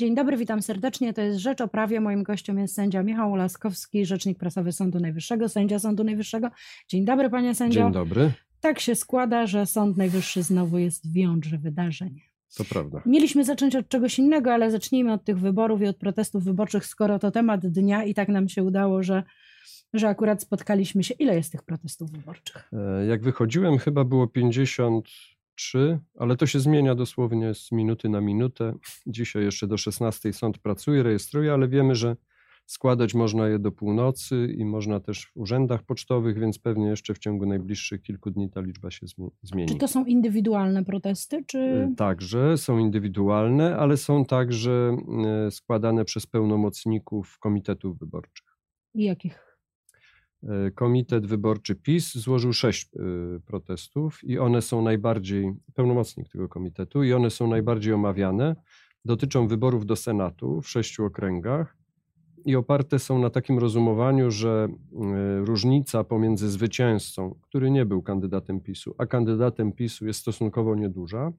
Dzień dobry, witam serdecznie. To jest Rzecz o Prawie. Moim gościem jest sędzia Michał Laskowski, rzecznik prasowy Sądu Najwyższego, sędzia Sądu Najwyższego. Dzień dobry, panie sędzio. Dzień dobry. Tak się składa, że Sąd Najwyższy znowu jest w jądrze wydarzeń. To prawda. Mieliśmy zacząć od czegoś innego, ale zacznijmy od tych wyborów i od protestów wyborczych, skoro to temat dnia i tak nam się udało, że akurat spotkaliśmy się. Ile jest tych protestów wyborczych? Jak wychodziłem, chyba było 53, ale to się zmienia dosłownie z minuty na minutę. Dzisiaj jeszcze do 16 sąd pracuje, rejestruje, ale wiemy, że składać można je do północy i można też w urzędach pocztowych, więc pewnie jeszcze w ciągu najbliższych kilku dni ta liczba się zmieni. Czy to są indywidualne protesty, czy... Także są indywidualne, ale są także składane przez pełnomocników komitetów wyborczych. I jakich? Komitet Wyborczy PiS złożył 6 protestów i one są najbardziej, pełnomocnik tego komitetu, i one są najbardziej omawiane. Dotyczą wyborów do Senatu w 6 okręgach i oparte są na takim rozumowaniu, że różnica pomiędzy zwycięzcą, który nie był kandydatem PiS-u, a kandydatem PiS-u jest stosunkowo nieduża,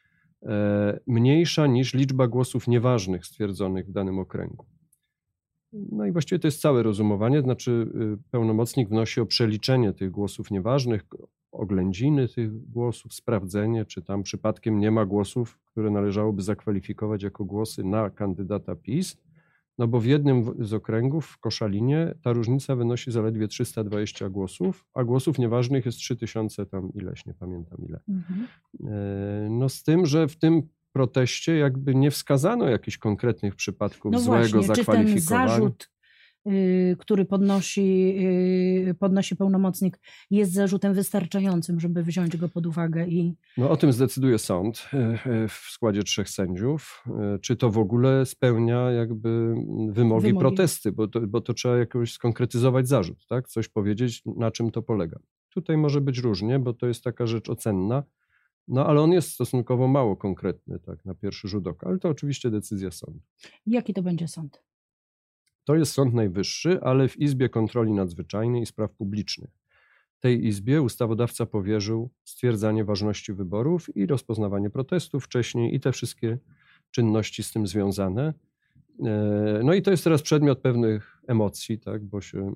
mniejsza niż liczba głosów nieważnych stwierdzonych w danym okręgu. No i właściwie to jest całe rozumowanie, znaczy pełnomocnik wnosi o przeliczenie tych głosów nieważnych, oględziny tych głosów, sprawdzenie, czy tam przypadkiem nie ma głosów, które należałoby zakwalifikować jako głosy na kandydata PiS, no bo w jednym z okręgów, w Koszalinie, ta różnica wynosi zaledwie 320 głosów, a głosów nieważnych jest 3000 tam ileś, nie pamiętam ile. No z tym, że w tym proteście jakby nie wskazano jakichś konkretnych przypadków złego zakwalifikowania. Czy ten zarzut, który podnosi pełnomocnik, jest zarzutem wystarczającym, żeby wziąć go pod uwagę? No o tym zdecyduje sąd w składzie 3 sędziów. Czy to w ogóle spełnia jakby wymogi protesty, bo to trzeba jakoś skonkretyzować zarzut, tak? Coś powiedzieć, na czym to polega. Tutaj może być różnie, bo to jest taka rzecz ocenna. No ale on jest stosunkowo mało konkretny, tak, na pierwszy rzut oka, ale to oczywiście decyzja sądu. Jaki to będzie sąd? To jest Sąd Najwyższy, ale w Izbie Kontroli Nadzwyczajnej i Spraw Publicznych. Tej Izbie ustawodawca powierzył stwierdzanie ważności wyborów i rozpoznawanie protestów wcześniej i te wszystkie czynności z tym związane. No i to jest teraz przedmiot pewnych emocji, tak, bo się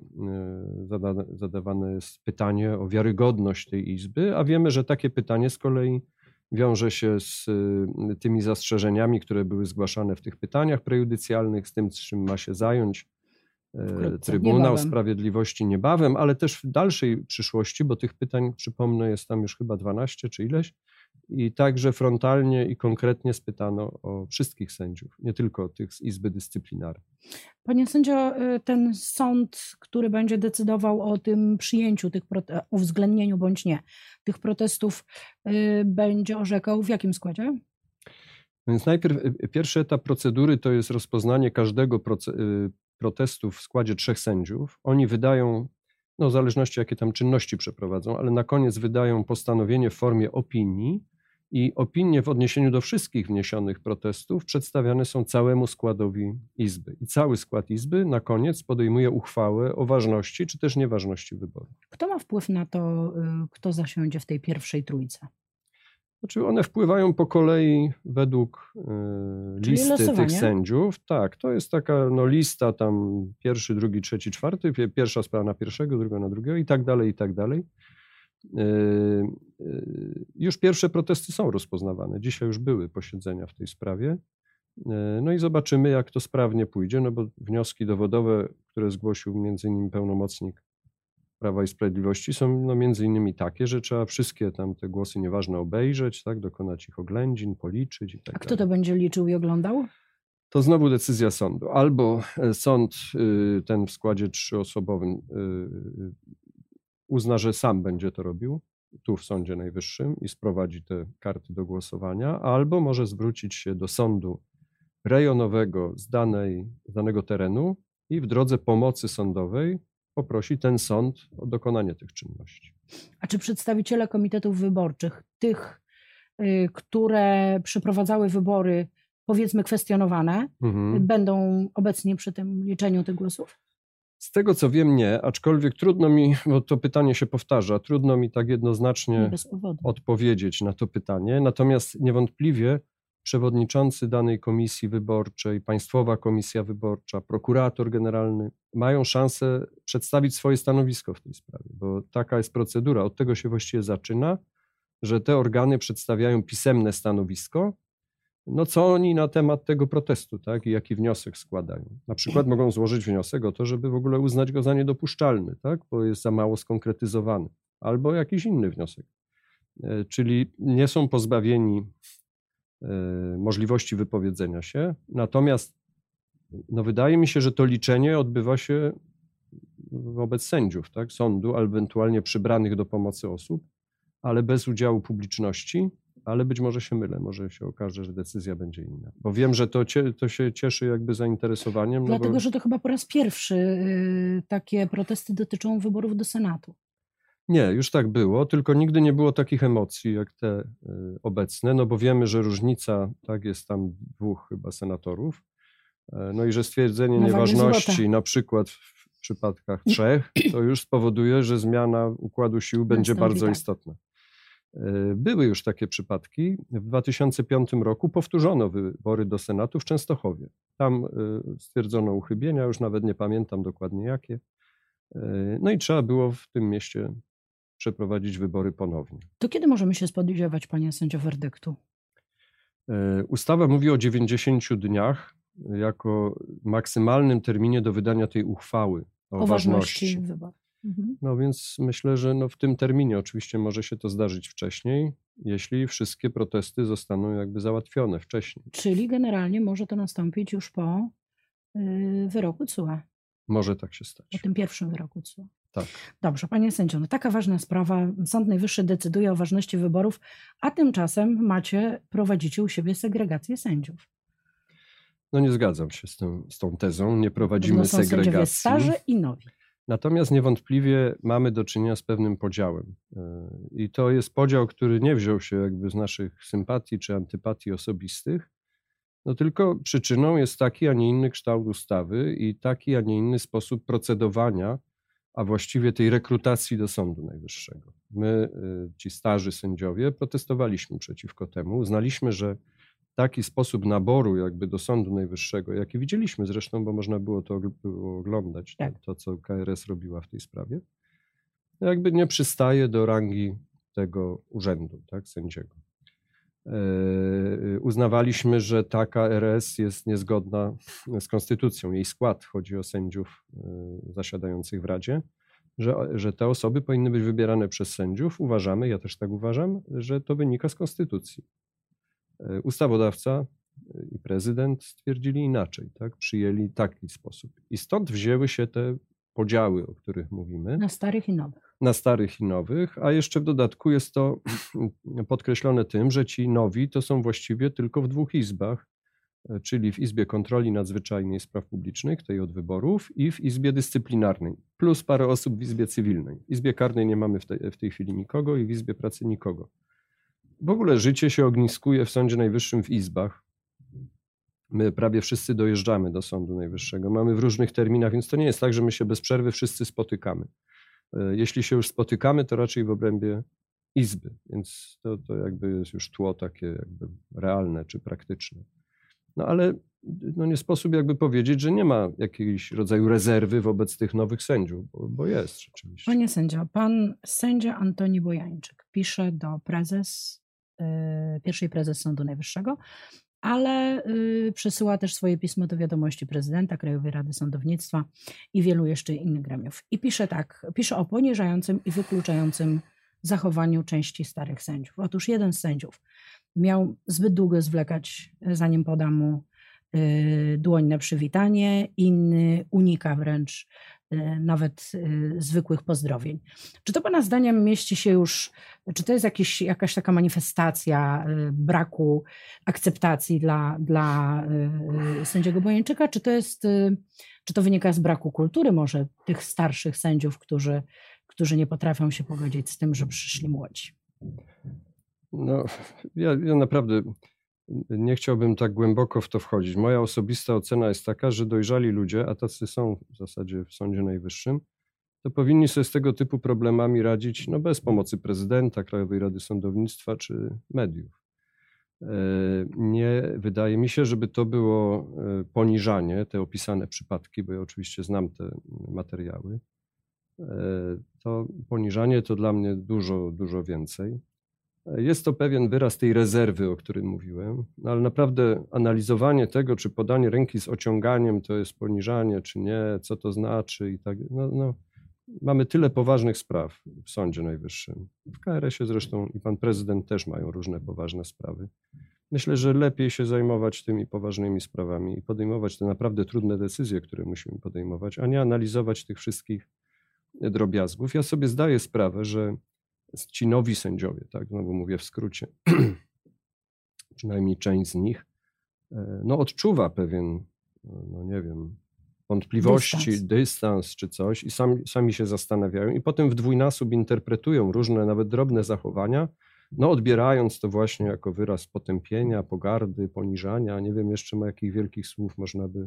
zadawane jest pytanie o wiarygodność tej Izby, a wiemy, że takie pytanie z kolei wiąże się z tymi zastrzeżeniami, które były zgłaszane w tych pytaniach prejudycjalnych, z tym, czym ma się zająć Trybunał Sprawiedliwości niebawem, ale też w dalszej przyszłości, bo tych pytań, przypomnę, jest tam już chyba 12 czy ileś. I także frontalnie i konkretnie spytano o wszystkich sędziów, nie tylko tych z Izby Dyscyplinarnej. Panie sędzio, ten sąd, który będzie decydował o tym przyjęciu, uwzględnieniu bądź nie tych protestów, będzie orzekał w jakim składzie? Więc najpierw pierwszy etap procedury to jest rozpoznanie każdego protestu w składzie 3 sędziów. Oni wydają, no w zależności jakie tam czynności przeprowadzą, ale na koniec wydają postanowienie w formie opinii i opinie w odniesieniu do wszystkich wniesionych protestów przedstawiane są całemu składowi Izby. I cały skład Izby na koniec podejmuje uchwałę o ważności czy też nieważności wyboru. Kto ma wpływ na to, kto zasiądzie w tej pierwszej trójce? Znaczy one wpływają po kolei według listy tych sędziów. Tak, to jest taka lista tam 1., 2., 3., 4., pierwsza sprawa na pierwszego, druga na drugiego i tak dalej, i tak dalej. Już pierwsze protesty są rozpoznawane. Dzisiaj już były posiedzenia w tej sprawie. No i zobaczymy, jak to sprawnie pójdzie, no bo wnioski dowodowe, które zgłosił między innymi pełnomocnik Prawa i Sprawiedliwości są między innymi takie, że trzeba wszystkie tam te głosy nieważne obejrzeć, tak, dokonać ich oględzin, policzyć i tak dalej. A kto to będzie liczył i oglądał? To znowu decyzja sądu. Albo sąd ten w składzie 3-osobowym uzna, że sam będzie to robił tu w Sądzie Najwyższym i sprowadzi te karty do głosowania, albo może zwrócić się do sądu rejonowego z danego terenu i w drodze pomocy sądowej poprosi ten sąd o dokonanie tych czynności. A czy przedstawiciele komitetów wyborczych, tych, które przeprowadzały wybory, powiedzmy kwestionowane, będą obecni przy tym liczeniu tych głosów? Z tego co wiem nie, aczkolwiek trudno mi, bo to pytanie się powtarza, trudno mi tak jednoznacznie odpowiedzieć na to pytanie. Natomiast niewątpliwie przewodniczący danej komisji wyborczej, Państwowa Komisja Wyborcza, prokurator generalny mają szansę przedstawić swoje stanowisko w tej sprawie, bo taka jest procedura. Od tego się właściwie zaczyna, że te organy przedstawiają pisemne stanowisko, no co oni na temat tego protestu, tak, i jaki wniosek składają. Na przykład mogą złożyć wniosek o to, żeby w ogóle uznać go za niedopuszczalny, tak, bo jest za mało skonkretyzowany, albo jakiś inny wniosek. Czyli nie są pozbawieni możliwości wypowiedzenia się, natomiast no wydaje mi się, że to liczenie odbywa się wobec sędziów, tak, sądu, albo ewentualnie przybranych do pomocy osób, ale bez udziału publiczności, ale być może się mylę, może się okaże, że decyzja będzie inna. Bo wiem, że to się cieszy jakby zainteresowaniem. Dlatego, że to chyba po raz pierwszy takie protesty dotyczą wyborów do Senatu. Nie, już tak było, tylko nigdy nie było takich emocji jak te obecne, no bo wiemy, że różnica, tak, jest tam 2 chyba senatorów, no i że stwierdzenie nieważności na przykład w przypadkach 3, to już spowoduje, że zmiana układu sił będzie bardzo istotna. Były już takie przypadki. W 2005 roku powtórzono wybory do Senatu w Częstochowie. Tam stwierdzono uchybienia, już nawet nie pamiętam dokładnie jakie. No i trzeba było w tym mieście przeprowadzić wybory ponownie. To kiedy możemy się spodziewać, panie sędzio, werdyktu? Ustawa mówi o 90 dniach jako maksymalnym terminie do wydania tej uchwały o ważności wyborów. No więc myślę, że no w tym terminie oczywiście może się to zdarzyć wcześniej, jeśli wszystkie protesty zostaną jakby załatwione wcześniej. Czyli generalnie może to nastąpić już po wyroku TSUE. Może tak się stać. Po tym pierwszym wyroku TSUE. Tak. Dobrze, panie sędzio, no taka ważna sprawa. Sąd Najwyższy decyduje o ważności wyborów, a tymczasem prowadzicie u siebie segregację sędziów. No nie zgadzam się z tą tezą, nie prowadzimy są segregacji. Sędziowie starzy i nowi. Natomiast niewątpliwie mamy do czynienia z pewnym podziałem. I to jest podział, który nie wziął się jakby z naszych sympatii czy antypatii osobistych, no tylko przyczyną jest taki, a nie inny kształt ustawy i taki, a nie inny sposób procedowania, a właściwie tej rekrutacji do Sądu Najwyższego. My, ci starzy sędziowie, protestowaliśmy przeciwko temu. Uznaliśmy, że taki sposób naboru jakby do Sądu Najwyższego, jaki widzieliśmy zresztą, bo można było to oglądać, tak, to co KRS robiła w tej sprawie, jakby nie przystaje do rangi tego urzędu, tak, sędziego. Uznawaliśmy, że ta KRS jest niezgodna z konstytucją. Jej skład, chodzi o sędziów zasiadających w Radzie, że te osoby powinny być wybierane przez sędziów. Uważamy, ja też tak uważam, że to wynika z konstytucji. Ustawodawca i prezydent stwierdzili inaczej, tak? Przyjęli taki sposób. I stąd wzięły się te podziały, o których mówimy. Na starych i nowych. Na starych i nowych, a jeszcze w dodatku jest to podkreślone tym, że ci nowi to są właściwie tylko w 2 izbach, czyli w Izbie Kontroli Nadzwyczajnej i Spraw Publicznych, tej od wyborów, i w Izbie Dyscyplinarnej, plus parę osób w Izbie Cywilnej. W Izbie Karnej nie mamy w tej chwili nikogo i w Izbie Pracy nikogo. W ogóle życie się ogniskuje w Sądzie Najwyższym w izbach. My prawie wszyscy dojeżdżamy do Sądu Najwyższego. Mamy w różnych terminach, więc to nie jest tak, że my się bez przerwy wszyscy spotykamy. Jeśli się już spotykamy, to raczej w obrębie izby, więc to jakby jest już tło takie jakby realne czy praktyczne. No ale no nie sposób jakby powiedzieć, że nie ma jakiegoś rodzaju rezerwy wobec tych nowych sędziów, bo jest rzeczywiście. Panie sędzio, pan sędzia Antoni Bojańczyk pisze do pierwszej prezes Sądu Najwyższego, ale przesyła też swoje pismo do wiadomości prezydenta, Krajowej Rady Sądownictwa i wielu jeszcze innych gremiów. I pisze tak, pisze o poniżającym i wykluczającym zachowaniu części starych sędziów. Otóż jeden z sędziów miał zbyt długo zwlekać, zanim poda mu dłoń na przywitanie, inny unika wręcz nawet zwykłych pozdrowień. Czy to pana zdaniem mieści się już, czy to jest jakaś taka manifestacja braku akceptacji dla sędziego Bojańczyka, czy to wynika z braku kultury może tych starszych sędziów, którzy nie potrafią się pogodzić z tym, że przyszli młodzi? No, ja naprawdę nie chciałbym tak głęboko w to wchodzić. Moja osobista ocena jest taka, że dojrzali ludzie, a tacy są w zasadzie w Sądzie Najwyższym, to powinni sobie z tego typu problemami radzić bez pomocy prezydenta, Krajowej Rady Sądownictwa czy mediów. Nie wydaje mi się, żeby to było poniżanie, te opisane przypadki, bo ja oczywiście znam te materiały. To poniżanie to dla mnie dużo, dużo więcej. Jest to pewien wyraz tej rezerwy, o którym mówiłem, no ale naprawdę analizowanie tego, czy podanie ręki z ociąganiem to jest poniżanie, czy nie, co to znaczy i tak, mamy tyle poważnych spraw w Sądzie Najwyższym. W KRS-ie zresztą i pan prezydent też mają różne poważne sprawy. Myślę, że lepiej się zajmować tymi poważnymi sprawami i podejmować te naprawdę trudne decyzje, które musimy podejmować, a nie analizować tych wszystkich drobiazgów. Ja sobie zdaję sprawę, że ci nowi sędziowie, tak, znowu mówię w skrócie, przynajmniej część z nich, odczuwa pewien, nie wiem, wątpliwości, dystans czy coś i sami się zastanawiają i potem w dwójnasób interpretują różne, nawet drobne zachowania, odbierając to właśnie jako wyraz potępienia, pogardy, poniżania, nie wiem jeszcze jakich wielkich słów można by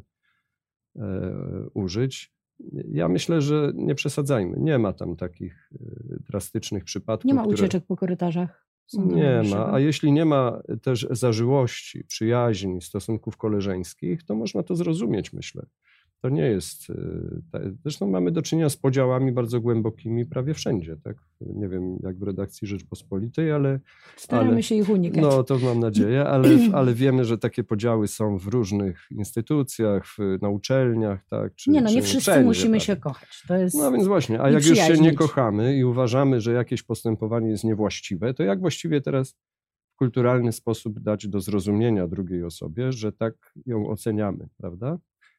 użyć. Ja myślę, że nie przesadzajmy. Nie ma tam takich drastycznych przypadków. Nie ma ucieczek po korytarzach. Nie ma, a jeśli nie ma też zażyłości, przyjaźni, stosunków koleżeńskich, to można to zrozumieć, myślę. To nie jest... Zresztą mamy do czynienia z podziałami bardzo głębokimi prawie wszędzie, tak? Nie wiem, jak w redakcji Rzeczpospolitej, ale... Staramy się ich unikać. No, to mam nadzieję, ale wiemy, że takie podziały są w różnych instytucjach, na uczelniach, tak? Nie wszyscy wszędzie, musimy się kochać. To jest... No więc właśnie, a jak już się nie kochamy i uważamy, że jakieś postępowanie jest niewłaściwe, to jak właściwie teraz w kulturalny sposób dać do zrozumienia drugiej osobie, że tak ją oceniamy, prawda?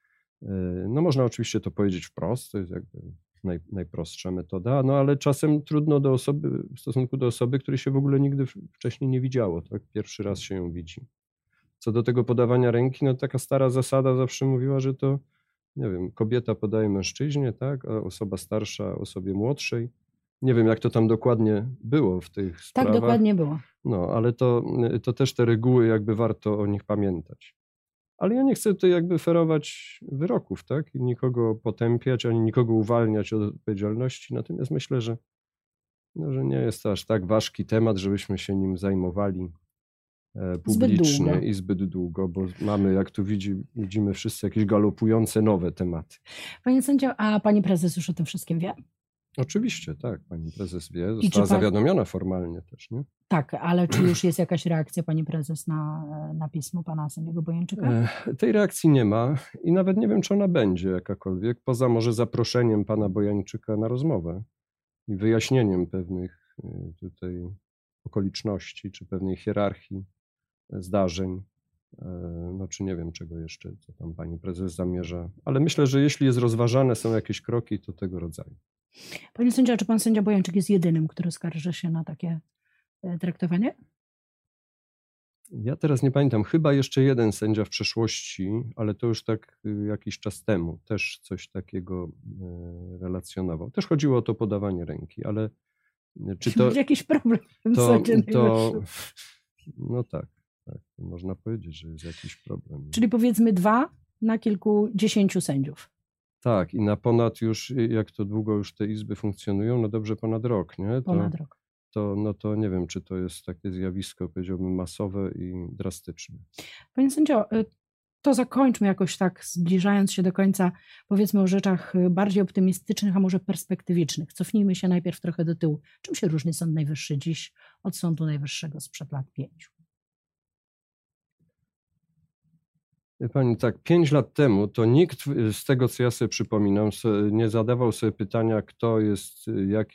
Można oczywiście to powiedzieć wprost, to jest jakby najprostsza metoda, ale czasem trudno w stosunku do osoby, której się w ogóle nigdy wcześniej nie widziało, tak? Pierwszy raz się ją widzi. Co do tego podawania ręki, taka stara zasada zawsze mówiła, że to, nie wiem, kobieta podaje mężczyźnie, tak? A osoba starsza osobie młodszej. Nie wiem, jak to tam dokładnie było w tych sprawach. Tak, dokładnie było. Ale to też te reguły, jakby warto o nich pamiętać. Ale ja nie chcę tutaj jakby ferować wyroków, tak? I nikogo potępiać, ani nikogo uwalniać od odpowiedzialności. Natomiast myślę, że nie jest to aż tak ważki temat, żebyśmy się nim zajmowali publicznie i zbyt długo, bo mamy, jak tu widzimy wszyscy, jakieś galopujące nowe tematy. Panie sędzio, a pani prezes już o tym wszystkim wie? Oczywiście, tak. Pani prezes wie, została zawiadomiona formalnie też, nie? Tak, ale czy już jest jakaś reakcja pani prezes na pismo pana sędziego Bojańczyka? Tej reakcji nie ma i nawet nie wiem, czy ona będzie jakakolwiek, poza może zaproszeniem pana Bojańczyka na rozmowę i wyjaśnieniem pewnych tutaj okoliczności, czy pewnej hierarchii zdarzeń, czy nie wiem czego jeszcze, co tam pani prezes zamierza, ale myślę, że jeśli jest rozważane, są jakieś kroki, to tego rodzaju. Panie sędzio, czy pan sędzia Bojańczyk jest jedynym, który skarży się na takie traktowanie? Ja teraz nie pamiętam, chyba jeszcze jeden sędzia w przeszłości, ale to już tak jakiś czas temu też coś takiego relacjonował. Też chodziło o to podawanie ręki, ale czy to... Jakiś problem w tym sądzie No tak, można powiedzieć, że jest jakiś problem. Czyli powiedzmy 2 na kilkudziesięciu sędziów. Tak, i na ponad już, jak to długo już te izby funkcjonują, dobrze ponad rok, nie? Ponad rok. To nie wiem, czy to jest takie zjawisko, powiedziałbym, masowe i drastyczne. Panie sędzio, to zakończmy jakoś tak, zbliżając się do końca, powiedzmy o rzeczach bardziej optymistycznych, a może perspektywicznych. Cofnijmy się najpierw trochę do tyłu. Czym się różni Sąd Najwyższy dziś od Sądu Najwyższego sprzed lat 5? Wie pani, tak, 5 lat temu to nikt z tego, co ja sobie przypominam, nie zadawał sobie pytania, kto jest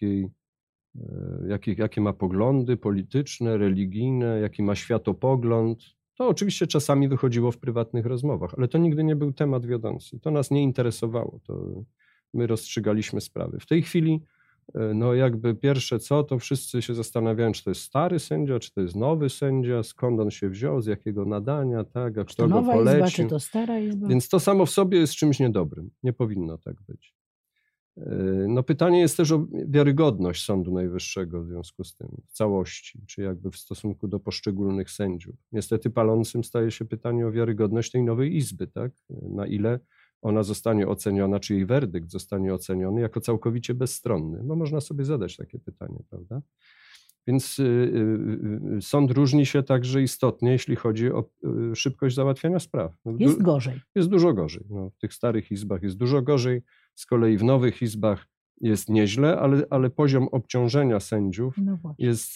jakie ma poglądy polityczne, religijne, jaki ma światopogląd. To oczywiście czasami wychodziło w prywatnych rozmowach, ale to nigdy nie był temat wiodący. To nas nie interesowało. To my rozstrzygaliśmy sprawy. W tej chwili, jakby pierwsze co, to wszyscy się zastanawiają, czy to jest stary sędzia, czy to jest nowy sędzia, skąd on się wziął, z jakiego nadania, tak, a kto go polecił. Izba, czy to stara izba? Więc to samo w sobie jest czymś niedobrym. Nie powinno tak być. Pytanie jest też o wiarygodność Sądu Najwyższego w związku z tym, w całości, czy jakby w stosunku do poszczególnych sędziów. Niestety palącym staje się pytanie o wiarygodność tej nowej izby, tak? Na ile ona zostanie oceniona, czy jej werdykt zostanie oceniony jako całkowicie bezstronny. Można sobie zadać takie pytanie, prawda? Więc sąd różni się także istotnie, jeśli chodzi o szybkość załatwiania spraw. Jest gorzej. Jest dużo gorzej. No, w tych starych izbach jest dużo gorzej, z kolei w nowych izbach jest nieźle, ale poziom obciążenia sędziów jest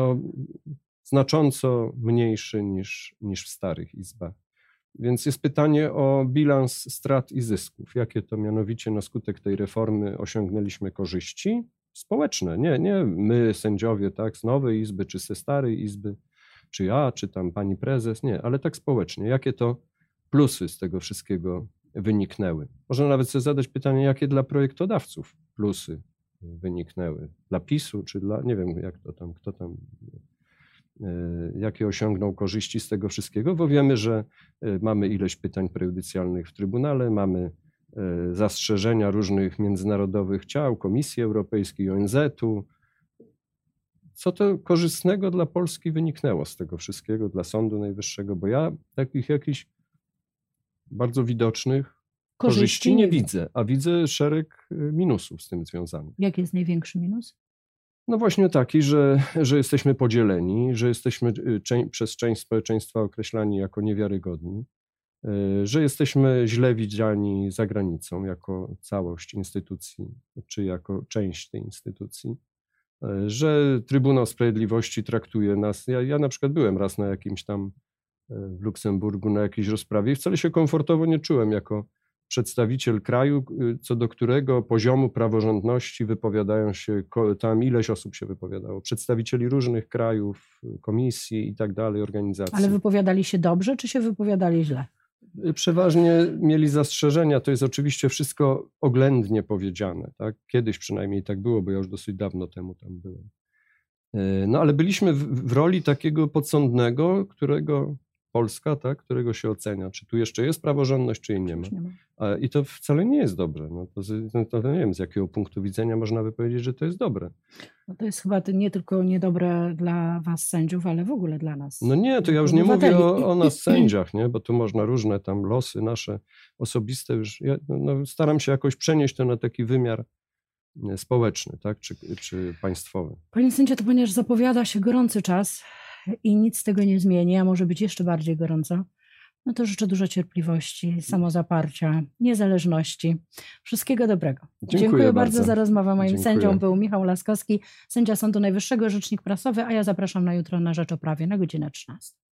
znacząco mniejszy niż w starych izbach. Więc jest pytanie o bilans strat i zysków. Jakie to mianowicie na skutek tej reformy osiągnęliśmy korzyści społeczne? Nie my, sędziowie, tak, z nowej izby, czy ze starej izby, czy ja, czy tam pani prezes, nie, ale tak społecznie. Jakie to plusy z tego wszystkiego wyniknęły? Można nawet sobie zadać pytanie, jakie dla projektodawców plusy wyniknęły? Dla PiS-u, czy dla, nie wiem, jak to tam, kto tam, jakie osiągnął korzyści z tego wszystkiego, bo wiemy, że mamy ileś pytań prejudycjalnych w Trybunale, mamy zastrzeżenia różnych międzynarodowych ciał, Komisji Europejskiej, ONZ-u. Co to korzystnego dla Polski wyniknęło z tego wszystkiego, dla Sądu Najwyższego? Bo ja takich jakichś bardzo widocznych korzyści nie widzę, a widzę szereg minusów z tym związanych. Jaki jest największy minus? No właśnie taki, że jesteśmy podzieleni, że jesteśmy przez część społeczeństwa określani jako niewiarygodni, że jesteśmy źle widziani za granicą jako całość instytucji, czy jako część tej instytucji, że Trybunał Sprawiedliwości traktuje nas, ja na przykład byłem raz na jakimś tam w Luksemburgu na jakiejś rozprawie i wcale się komfortowo nie czułem jako przedstawiciel kraju, co do którego poziomu praworządności wypowiadają się, tam ileś osób się wypowiadało, przedstawicieli różnych krajów, komisji i tak dalej, organizacji. Ale wypowiadali się dobrze, czy się wypowiadali źle? Przeważnie mieli zastrzeżenia, to jest oczywiście wszystko oględnie powiedziane, tak? Kiedyś przynajmniej tak było, bo ja już dosyć dawno temu tam byłem. No ale byliśmy w roli takiego podsądnego, którego Polska, tak, którego się ocenia, czy tu jeszcze jest praworządność, czy jej nie ma. I to wcale nie jest dobre. No to nie wiem, z jakiego punktu widzenia można by powiedzieć, że to jest dobre. No to jest chyba nie tylko niedobre dla was sędziów, ale w ogóle dla nas. No nie, to ja już nie mówię o nas sędziach, nie? Bo tu można różne tam losy nasze osobiste już, ja staram się jakoś przenieść to na taki wymiar społeczny, tak, czy państwowy. Panie sędzio, to ponieważ zapowiada się gorący czas i nic z tego nie zmieni, a może być jeszcze bardziej gorąco, no to życzę dużo cierpliwości, samozaparcia, niezależności. Wszystkiego dobrego. Dziękuję bardzo za rozmowę. Moim sędzią był Michał Laskowski, sędzia Sądu Najwyższego, rzecznik prasowy, a ja zapraszam na jutro na Rzecz o Prawie na godzinę 13.